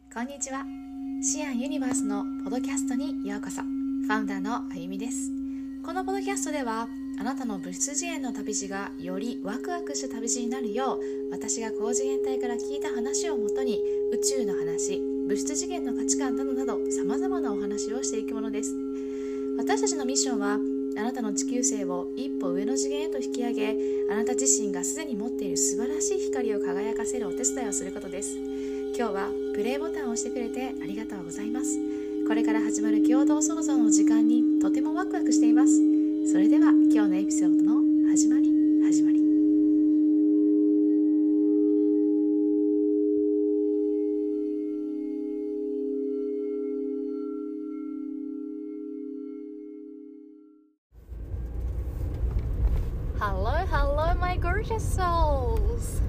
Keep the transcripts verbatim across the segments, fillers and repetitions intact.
こんにちは。シアンユニバースのポッドキャストにようこそ。ファウンダーのあゆみです。このポッドキャストではあなたの物質次元の旅路がよりワクワクした旅路になるよう、私が高次元体から聞いた話をもとに宇宙の話、物質次元の価値観などなど様々なお話をしていくものです。私たちのミッションはあなたの地球星を一歩上の次元へと引き上げ、あなた自身がすでに持っている素晴らしい光を輝かせるお手伝いをすることです。今日はプレイボタンを押してくれてありがとうございます。これから始まる共同創造の時間にとてもワクワクしています。それでは今日のエピソードの始まり始まり。Hello, hello, my gorgeous souls.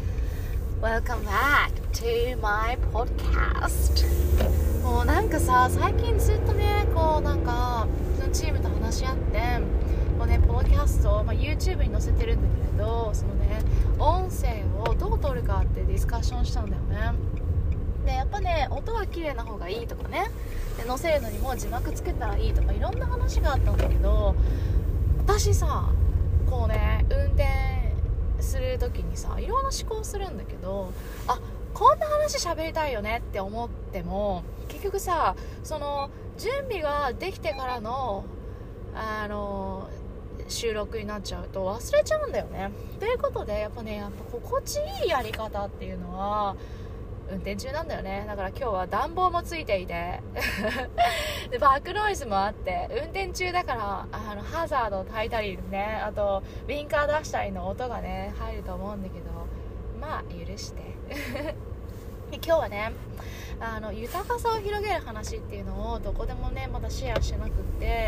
Welcome back to my podcast. もうなんかさ、最近ずっとね、こうなんかチームと話し合って、こうね、ポッドキャスト、まあ、YouTube に載せてるんだけれど、そのね、音声をどう撮るかってディスカッションしたんだよね。で、やっぱね、音が綺麗な方がいいとかね、で載せるのにも字幕つけたらいいとか、いろんな話があったんだけど、私さ、こうね、運転する時にさ、いろんな思考するんだけど、あ、こんな話喋りたいよねって思っても、結局さ、その準備ができてからのあの収録になっちゃうと忘れちゃうんだよね。ということで、やっぱね、やっぱ心地いいやり方っていうのは運転中なんだよね。だから今日は暖房もついていてでバックノイズもあって、運転中だからあのハザードを焚いたりね、あとウィンカー出したりの音がね入ると思うんだけど、まあ許してで今日はね、あの豊かさを広げる話っていうのをどこでもねまだシェアしてなくって、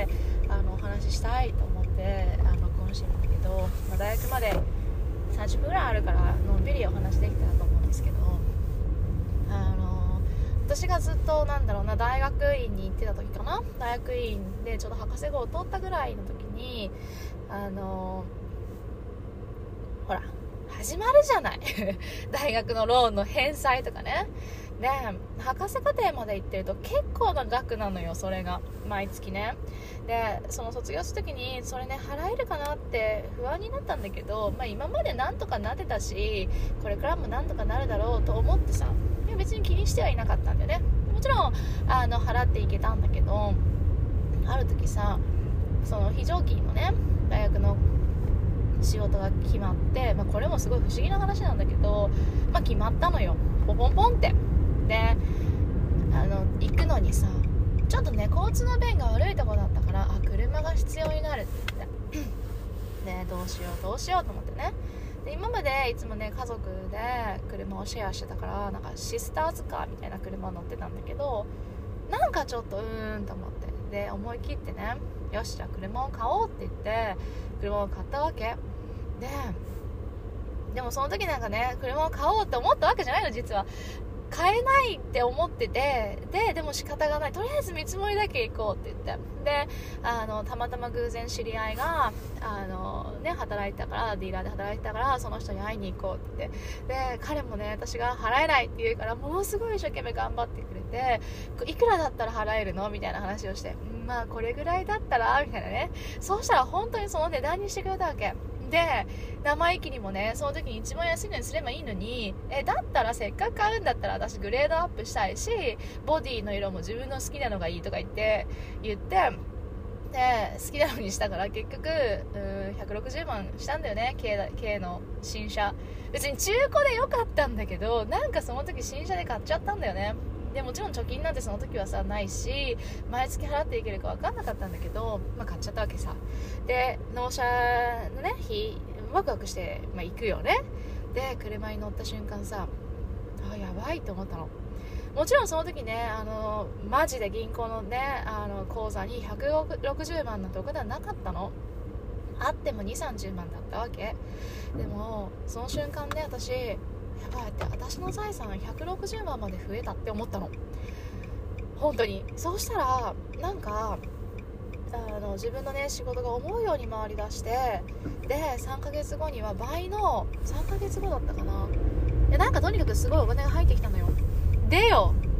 あのお話ししたいと思ってあの録音してるんだけど、まあ、大学までさんじゅっぷんぐらいあるからのんびりお話できたらと思うんですけど、あの私がずっとなんだろうな、大学院に行ってた時かな、大学院でちょっと博士号を取ったぐらいの時に、あのほら始まるじゃない大学のローンの返済とかね。で、博士課程まで行ってると結構な額なのよ、それが毎月ね。で、その卒業する時にそれね払えるかなって不安になったんだけど、まあ今までなんとかなってたし、これからもなんとかなるだろうと思ってさ、いや別に気にしてはいなかったんだよね。もちろんあの払っていけたんだけど、ある時さ、その非常勤のね大学の仕事が決まって、まあ、これもすごい不思議な話なんだけど、まあ、決まったのよ、ポンポンポンって。で、あの行くのにさ、ちょっとね交通の便が悪いとこだったから、あ、車が必要になるって言ってで、どうしようどうしようと思ってね。で、今までいつもね家族で車をシェアしてたから、なんかシスターズカーみたいな車乗ってたんだけど、なんかちょっとうーんと思って、で思い切ってね、よしじゃあ車を買おうって言って車を買ったわけで、でもその時なんかね、車を買おうって思ったわけじゃないの、実は買えないって思ってて、ででも仕方がない、とりあえず見積もりだけ行こうって言って、で、あのたまたま偶然知り合いがあの、ね、働いてたから、ディーラーで働いてたから、その人に会いに行こうって言って、で彼もね私が払えないって言うから、ものすごい一生懸命頑張ってくれて、いくらだったら払えるのみたいな話をして、まあこれぐらいだったらみたいなね。そうしたら本当にその値段にしてくれたわけで、生意気にもね、その時に一番安いのにすればいいのに、えだったらせっかく買うんだったら私グレードアップしたいし、ボディの色も自分の好きなのがいいとか言って言ってで、好きなのにしたから、結局うひゃくろくじゅうまんしたんだよね、 K, K の新車。別に中古でよかったんだけど、なんかその時新車で買っちゃったんだよね。でもちろん貯金なんてその時はさないし、毎月払っていけるか分かんなかったんだけど、まあ、買っちゃったわけさ。で、納車のね日ワクワクして、まあ、行くよね。で、車に乗った瞬間さ、あ、やばいと思ったの。もちろんその時ね、あのマジで銀行のねあの口座にひゃくろくじゅうまんなんてお金はなかったの。あってもにじゅう、さんじゅうまんだったわけ。でもその瞬間ね、私やばいって、私の財産ひゃくろくじゅうまんまで増えたって思ったの、本当に。そうしたらなんかあの自分のね仕事が思うように回りだして、でさんかげつごには倍のさんかげつごだったかな、でなんかとにかくすごいお金が入ってきたのよ。でよ、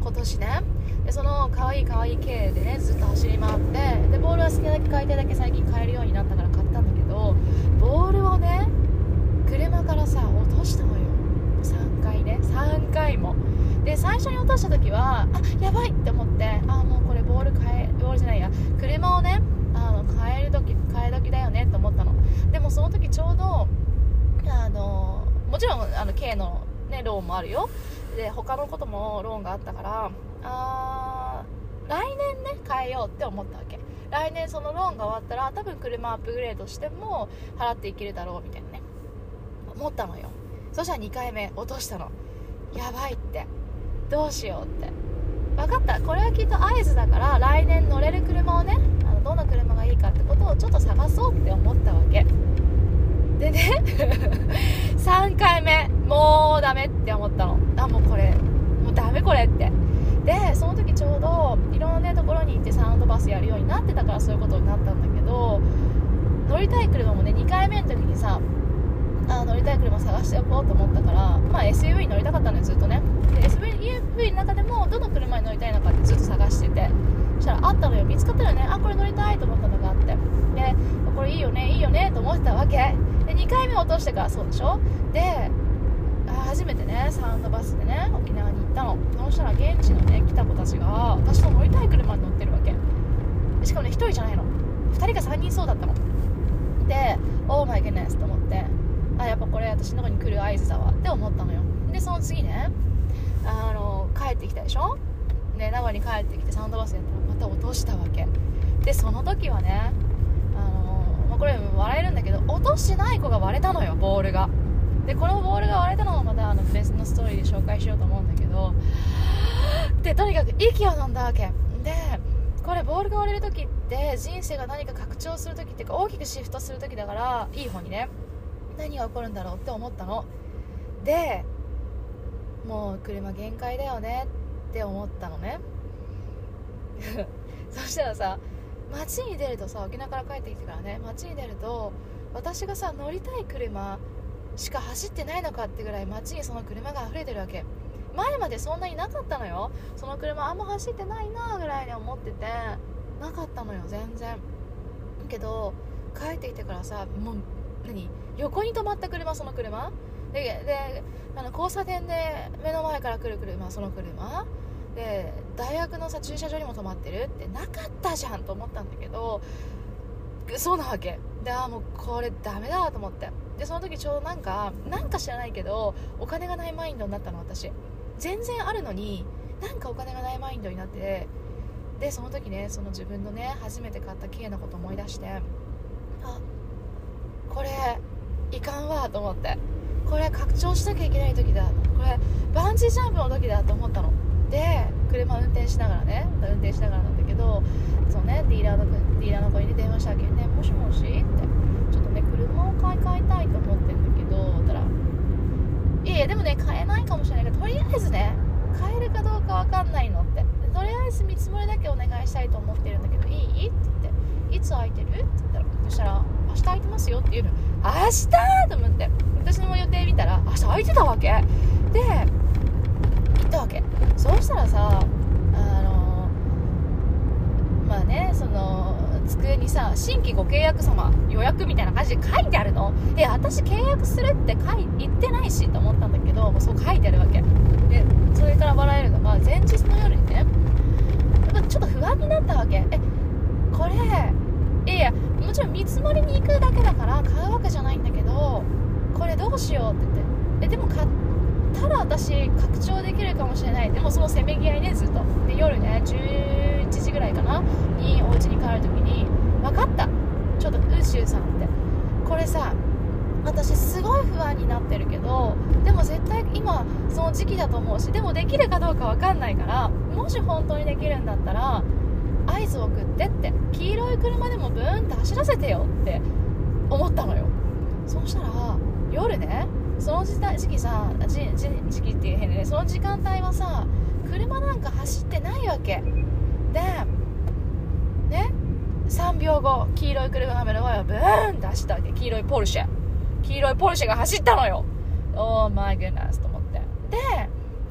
今年ね。でその可愛い可愛い系でねずっと走り回って、でボールは好きなだけ買いたいだけ最近買えるようになったから買ったんだけど、ボールをね車からさ落としたのよ。さんかいね、さんかいも。で最初に落とした時はあやばいって思って、あもうこれボール買えボールじゃないや車をねあの買える時買え時だよねって思ったの。でもその時ちょうどあのもちろんあの K の、ね、ローンもあるよ。で他のこともローンがあったから、あ来年ね買えようって思ったわけ。来年そのローンが終わったら多分車アップグレードしても払っていけるだろうみたいなね思ったのよ。そしたらにかいめ落としたの。やばいって、どうしようって。分かった、これはきっと合図だから来年乗れる車をねあのどんな車がいいかってことをちょっと探そうって思ったわけでねさんかいめもうダメって思ったの。あもうこれもうダメこれって。でその時ちょうどいろんな、ね、ところに行ってサウンドバスやるようになってたからそういうことになったんだけど、乗りたい車もねにかいめの時にさあ乗りたい車探しておこうと思ったから、まあ、エスユーブイ に乗りたかったのよずっとね。で エスユーブイ の中でもどの車に乗りたいのかってずっと探してて、そしたらあったのよ、見つかったのよね。あこれ乗りたいと思ったのがあって、でこれいいよねいいよねと思ってたわけで、にかいめ落としてからそうでしょ。で初めてねサウンドバスでね沖縄に行ったの。そしたら現地のね来た子たちが私と乗りたい車に乗ってるわけ。しかもねひとりじゃないの、ふたりかさんにんそうだったので、オーマイグネスと思って、あやっぱこれ私のとこに来る合図だわって思ったのよ。でその次ねあの帰ってきたでしょ。で名古屋に帰ってきてサウンドバスやったらまた落としたわけで、その時はねあの、まあ、これ笑えるんだけど落としてない子が割れたのよボールが。でこのボールが割れたのもまたあの別のストーリーで紹介しようと思うんだけど、でとにかく息を飲んだわけで、これボールが割れる時って人生が何か拡張する時っていうか大きくシフトする時だから、いい方にね何が起こるんだろうって思ったので、もう車限界だよねって思ったのねそしたらさ街に出るとさ、沖縄から帰ってきてからね街に出ると私がさ乗りたい車しか走ってないのかってぐらい街にその車が溢れてるわけ。前までそんなになかったのよ。その車あんま走ってないなぐらいに思っててなかったのよ全然。けど帰ってきてからさもう何横に止まった車その車で、であの交差点で目の前から来る車その車で大学のさ駐車場にも止まってるってなかったじゃんと思ったんだけど、そうなわけで、あもうこれダメだと思って。でその時ちょうどなんかなんか知らないけどお金がないマインドになったの。私全然あるのになんかお金がないマインドになって、でその時ねその自分のね初めて買った K のこと思い出して、あこれいかんわと思って、これ拡張しなきゃいけない時だ、これバンジージャンプの時だと思ったの。で車運転しながらね運転しながらなんだけど、そのねディーラーのディーラーの子に、ね、電話したわけね。もしもしってちょっとね車を買い替えたいと思ってんだけどったら、いやいやでもね買えないかもしれないけどとりあえずね買えるかどうかわかんないのって、とりあえず見積もりだけお願いしたいと思ってるんだけどいいって言って、いつ空いてるって言ったら、そしたら明日空いてますよって言うの。明日と思って私の予定見たら明日空いてたわけで行ったわけ。そうしたらさあのまあねその机にさ新規ご契約様予約みたいな感じで書いてあるの。え私契約するって書い言ってないしと思ったんだけど、もうそう書いてあるわけで、それから笑えるのが前日の夜にねちょっと不安になったわけ。えこれいやもちろん見積もりに行くだけだから買うわけじゃないんだけど、これどうしようって言って、えでも買ったら私拡張できるかもしれない。でもそのせめぎ合いねずっとで、夜ねじゅういちじぐらいかなにお家に帰るときに分かった、ちょっと宇宙さんってこれさ私すごい不安になってるけど、でも絶対今その時期だと思うし、でもできるかどうか分かんないから、もし本当にできるんだったら合図を送ってって、黄色い車でもブーンって走らせてよって思ったのよ。そうしたら夜ねその時時期さ時時期っていう変でね、その時間帯はさ車なんか走ってないわけでね、さんびょうご黄色い車が目の前をブーンって走ったわけ。黄色いポルシェ黄色いポルシェが走ったのよ。オーマイグナスと思って、でそ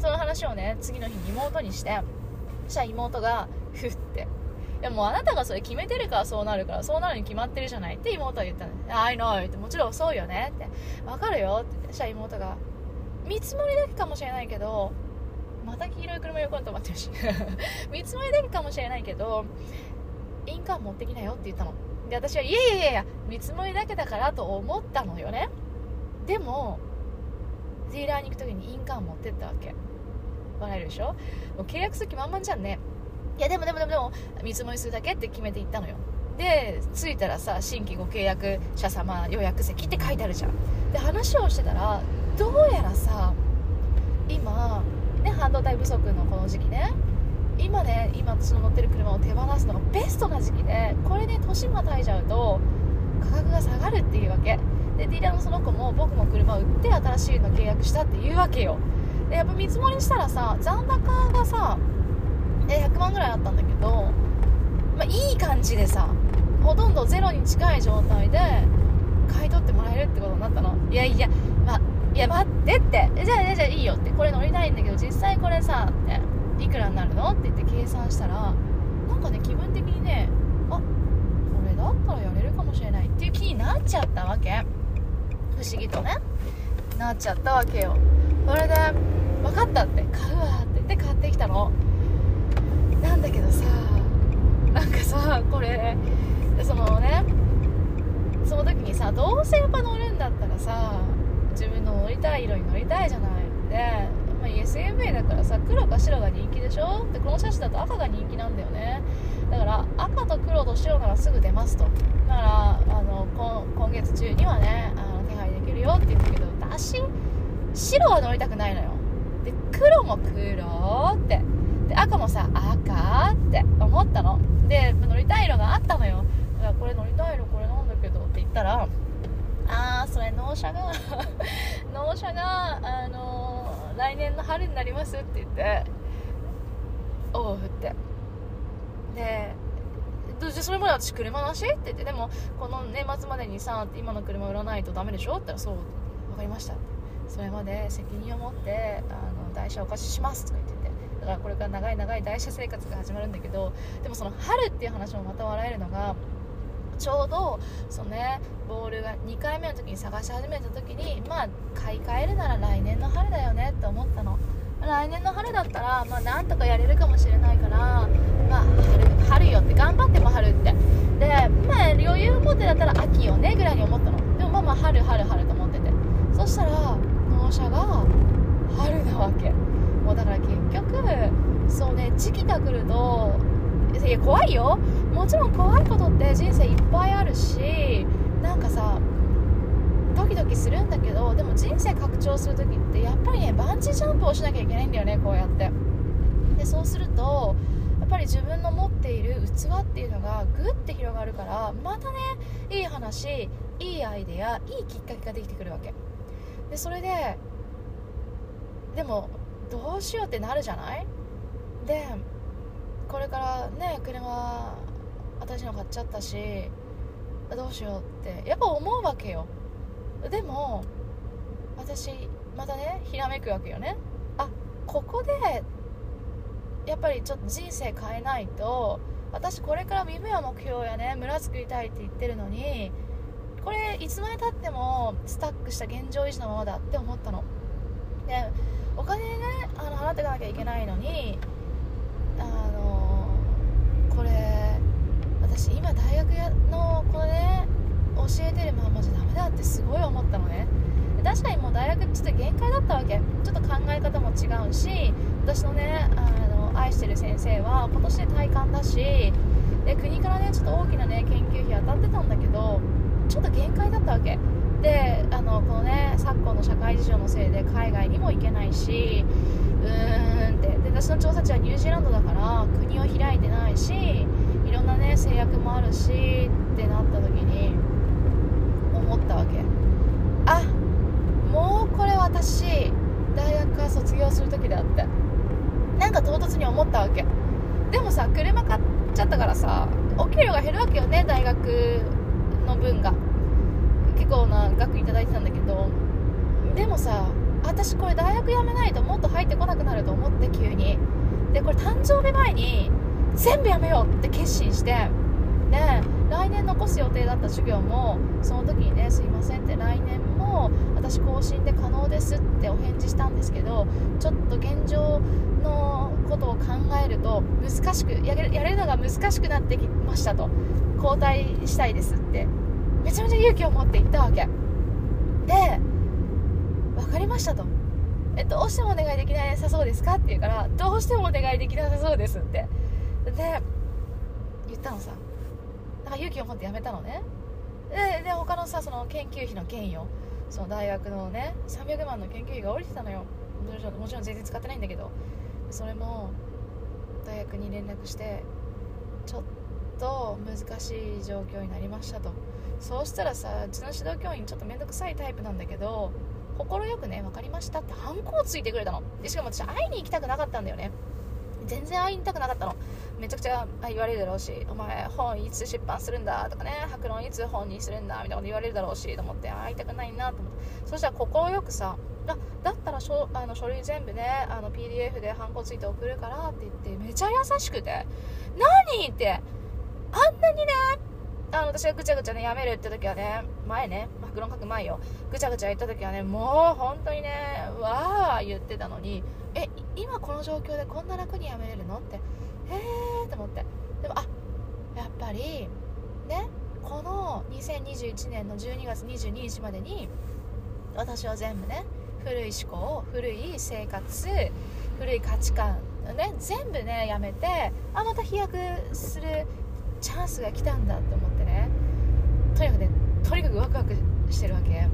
その話をね次の日に妹にして、そしたら妹がふっていやもうあなたがそれ決めてるからそうなるからそうなるに決まってるじゃないって妹は言ったの。I know ってもちろんそうよねってわかるよって言って、そしたら妹が見積もりだけかもしれないけどまた黄色い車横に止まってるし見積もりだけかもしれないけど印鑑持ってきなよって言ったので、私はいやいやいやいや見積もりだけだからと思ったのよね。でもディーラーに行く時に印鑑持ってったわけ。笑えるでしょ。もう契約する気満々じゃんね。いやでもでもでもでも見積もりするだけって決めて行ったのよ。で着いたらさ新規ご契約者様予約席って書いてあるじゃん。で話をしてたらどうやらさ今ね半導体不足のこの時期ね、今ね今私の乗ってる車を手放すのがベストな時期で、これね年またいじゃうと価格が下がるっていうわけで、ディーラーのその子も僕も車を売って新しいの契約したっていうわけよ。でやっぱ見積もりしたらさ残高がさひゃくまんぐらいあったんだけど、まあ、いい感じでさほとんどゼロに近い状態で買い取ってもらえるってことになったの。いやいや、ま、いや待ってってじゃあじゃあいいよってこれ乗りたいんだけど実際これさっていくらになるのって言って計算したらなんかね気分的にねあこれだったらやれるかもしれないっていう気になっちゃったわけ。不思議とねなっちゃったわけよ。それで分かったって買うわって言って買ってきたのなんだけどさ、なんかさこれそのねその時にさどうせやっぱ乗るんだったらさ自分の乗りたい色に乗りたいじゃないで、まあ、エスユーブイ だからさ黒か白が人気でしょ。でこの車種だと赤が人気なんだよね。だから赤と黒と白ならすぐ出ますと。だからあの今月中にはねあの手配できるよって言ったけど私白は乗りたくないのよ。で黒も黒ってで赤もさ赤って思ったので乗りたい色があったのよ。だからこれ乗りたい色これなんだけどって言ったらあーそれ納車が納車が、あのー、来年の春になりますって言っておうってでどうしてそれまで私車なしって言ってでもこの年末までにさ今の車売らないとダメでしょって言ったらそう分かりましたそれまで責任を持ってあの台車お貸ししますとか言っててだからこれから長い長い台車生活が始まるんだけどでもその春っていう話もまた笑えるのがちょうどそのねボールがにかいめの時に探し始めた時にまあ買い替えるなら来年の春だよねって思ったの。来年の春だったらまあなんとかやれるかもしれないからまあ春、春よって頑張っても春ってでまあ余裕持ってだったら秋よねぐらいに思ったの。でもまあまあ春春春と思っててそしたら納車が春なわけ。もうだから結局そうね時期が来るといや怖いよもちろん怖いことって人生いっぱいあるしなんかさドキドキするんだけどでも人生拡張するときってやっぱりねバンジージャンプをしなきゃいけないんだよねこうやってでそうするとやっぱり自分の持っている器っていうのがグッて広がるからまたねいい話いいアイデアいいきっかけができてくるわけでそれででもどうしようってなるじゃないでこれからね車私の買っちゃったしどうしようってやっぱ思うわけよ。でも私またねひらめくわけよね。あここでやっぱりちょっと人生変えないと私これから夢や目標やね村作りたいって言ってるのにこれいつまでたってもスタックした現状維持のままだって思ったのでお金ねあの払っていかなきゃいけないのにあのこれ私今大学のこのね教えてるまんまじゃダメだってすごい思ったのね。確かにもう大学ちょっと限界だったわけ。ちょっと考え方も違うし私のねあの愛してる先生は今年で退官だしで国からねちょっと大きなね研究費当たってたんだけどちょっと限界だったわけであのこのね昨今の社会事情のせいで海外にも行けないしうーんってで私の調査地はニュージーランドだから国を開いてないしいろんなね制約もあるしってなった時に思ったわけ。あもうこれ私大学から卒業する時だってなんか唐突に思ったわけ。でもさ車買っちゃったからさお給料が減るわけよね大学の分が結構な額いただいてたんだけどでもさ私これ大学辞めないともっと入ってこなくなると思って、急にでこれ誕生日前に全部やめようって決心して、で来年残す予定だった授業もその時にね、すいませんって、来年も私更新で可能ですってお返事したんですけど、ちょっと現状のことを考えると難しくやれ、やれるのが難しくなってきましたと、交代したいですってめちゃめちゃ勇気を持って言ったわけで、分かりましたと、えどうしてもお願いできなさそうですかって言うから、どうしてもお願いできなさそうですってで言ったのさ。だから勇気を持ってやめたのね。で、で他のさ、その研究費の件よ、その大学のねさんびゃくまんの研究費が降りてたのよ。もちろん、もちろん全然使ってないんだけど、それも大学に連絡して、ちょっと難しい状況になりましたと。そうしたらさ、うちの指導教員ちょっと面倒くさいタイプなんだけど、快くね分かりましたってハンコをついてくれたの。でしかも私会いに行きたくなかったんだよね。全然会いにたくなかったの。めちゃくちゃ言われるだろうし、お前本いつ出版するんだとかね、博論いつ本にするんだみたいなこと言われるだろうしと思って、会いたくないなと思って、そしたら快くさ、あだったら書あの書類全部ね、あの ピーディーエフ でハンコついて送るからって言って、めちゃ優しくて、何ってあんなにね、あの私がぐちゃぐちゃねやめるって時はね、前ね博論書く前よ、ぐちゃぐちゃ言った時はね、もう本当にねわー言ってたのに、え今この状況でこんな楽にやめれるのってへーと思って、でもあやっぱりね、このにせんにじゅういちねんのじゅうにがつにじゅうににちまでに私は全部ね、古い思考、古い生活、古い価値観ね全部ねやめて、あまた飛躍するチャンスが来たんだって思ってね、とにかくねとにかくワクワクしてるわけだから、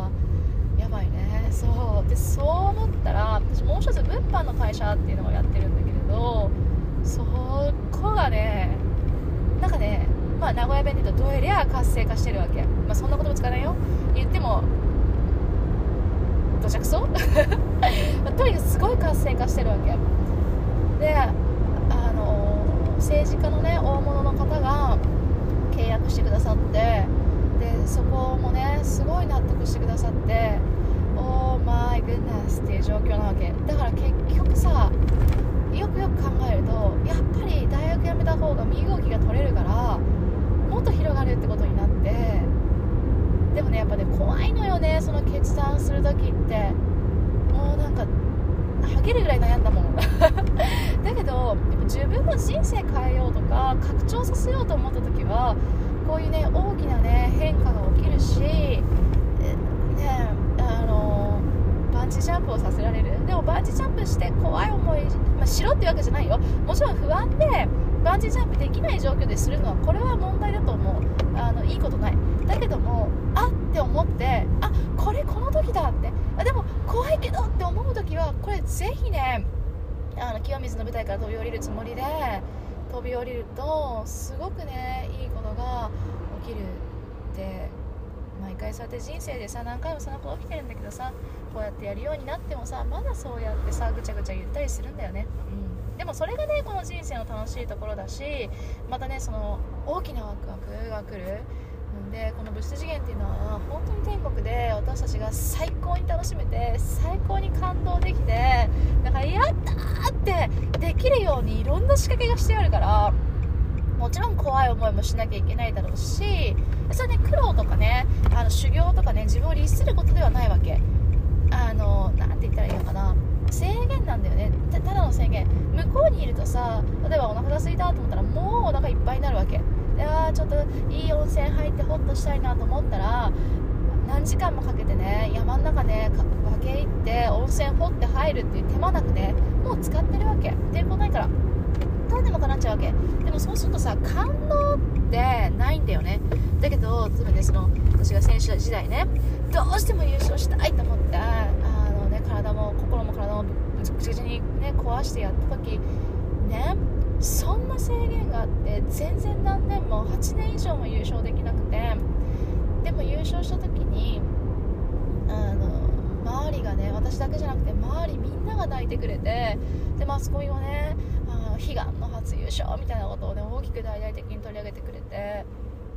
やばいね。そうで、そう思ったら私もう一つ物販の会社っていうのをやってるんだけれど、そこがねなんかね、まあ名古屋弁で言うとどえりゃ活性化してるわけ。まあそんなことも使わないよ、言ってもどちゃくそとにかくすごい活性化してるわけで、あの政治家のね大物の方が契約してくださって、でそこもねすごい納得してくださって、オーマイグッネスっていう状況なわけだから、結局さよくよく考えると、やっぱり大学辞めた方が身動きが取れるからもっと広がるってことになって、でもねやっぱね怖いのよね、その決断するときって。もうなんかはげるぐらい悩んだもんだけどやっぱ自分の人生変えようとか拡張させようと思ったときは、こういうね大きなね変化が起きるし、ね、あのバンジージャンプをさせられる。でもバンジージャンプして怖い思い、まあ、しろってわけじゃないよ。もちろん不安でバンジージャンプできない状況でするのはこれは問題だと思う。あのいいことない。だけどもあって思って、あこれこの時だって、あでも怖いけどって思う時はこれぜひね、あの清水の舞台から飛び降りるつもりで飛び降りるとすごくねいいことが起きるって毎回そうやって人生でさ何回もそんなこと起きてるんだけどさ、こうやってやるようになってもさまだそうやってさぐちゃぐちゃ言ったりするんだよね、うん、でもそれがねこの人生の楽しいところだし、またねその大きなワクワクが来るで、この物質次元っていうのは本当に天国で私たちが最高に楽しめて最高に感動できて、だからやったーってできるようにいろんな仕掛けがしてあるから、もちろん怖い思いもしなきゃいけないだろうし、それね苦労とかねあの修行とかね自分を律することではないわけ。あのなんて言ったらいいのかな、制限なんだよね。ただの制限。向こうにいるとさ、例えばお腹が空いたと思ったらもうお腹いっぱいになるわけで、あーちょっといい温泉入ってホッとしたいなと思ったら何時間もかけてね山の中ね分け入って温泉掘って入るっていう手間なくねもう使ってるわけ。抵抗ないからただでもかなっちゃうわけ。でもそうするとさ感動ってないんだよね。だけど例えばねその私が選手時代ねどうしても優勝したいと思ってあの、ね、体も心も体もぐちぐちに、ね、壊してやった時ね、そんな制限があって全然何年もはちねん以上も優勝できなくて、でも優勝した時にあの周りがね私だけじゃなくて周りみんなが泣いてくれて、でマスコミもねあの悲願の初優勝みたいなことをね大きく大々的に取り上げてくれて、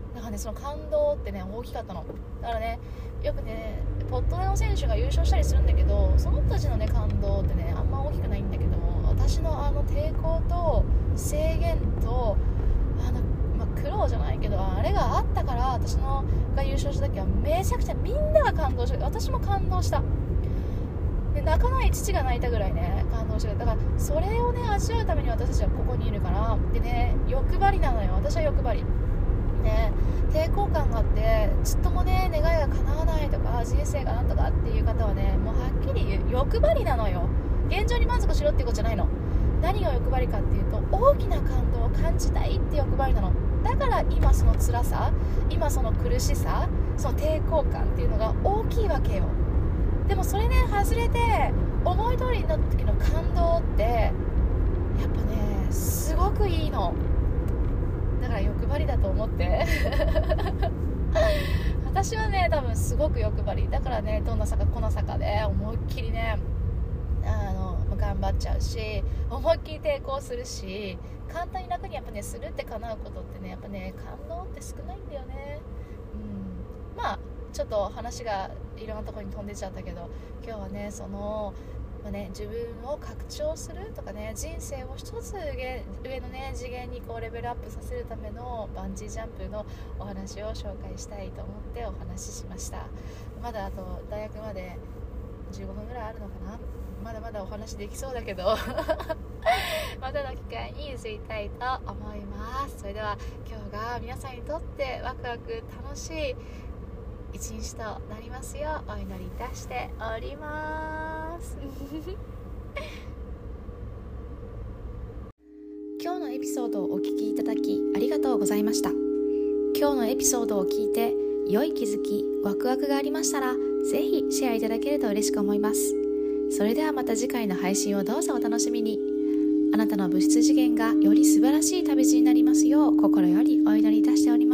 だからね、その感動ってね大きかったの。だからね、よくねポットレの選手が優勝したりするんだけど、その人たちのね感動ってねあんま大きくないんだけど、私のあの抵抗と制限とあの、まあ、苦労じゃないけどあれがあったから、私のが優勝した時はめちゃくちゃみんなが感動して、私も感動したで、泣かない父が泣いたぐらいね感動して、だからそれをね味わうために私たちはここにいるからでね、欲張りなのよ。私は欲張りね、抵抗感があってちっともね願いが叶わないとか人生がなんとかっていう方はね、もうはっきり言う、欲張りなのよ。現状に満足しろっていうことじゃないの。何が欲張りかっていうと、大きな感動を感じたいって欲張りなの。だから今その辛さ、今その苦しさ、その抵抗感っていうのが大きいわけよ。でもそれね外れて思い通りになった時の感動ってやっぱねすごくいいの。だから欲張りだと思って私はね多分すごく欲張りだからね、どんな坂この坂で思いっきりねあの頑張っちゃうし、思いっきり抵抗するし、簡単に楽にやっぱねするって叶うことってねやっぱね感動って少ないんだよね。うん、まあちょっと話がいろんなところに飛んでちゃったけど、今日はねそのまあね、自分を拡張するとかね、人生を一つ上、上のね次元にこうレベルアップさせるためのバンジージャンプのお話を紹介したいと思ってお話ししました。まだあと大学までじゅうごふんぐらいあるのかな。まだまだお話できそうだけどまたの機会に移りたいと思います。それでは今日が皆さんにとってワクワク楽しい一日となりますようお祈りいたしております今日のエピソードをお聞きいただきありがとうございました。今日のエピソードを聞いて良い気づき、ワクワクがありましたら、ぜひシェアいただけると嬉しく思います。それではまた次回の配信をどうぞお楽しみに。あなたの物質次元がより素晴らしい旅路になりますよう心よりお祈りいたしております。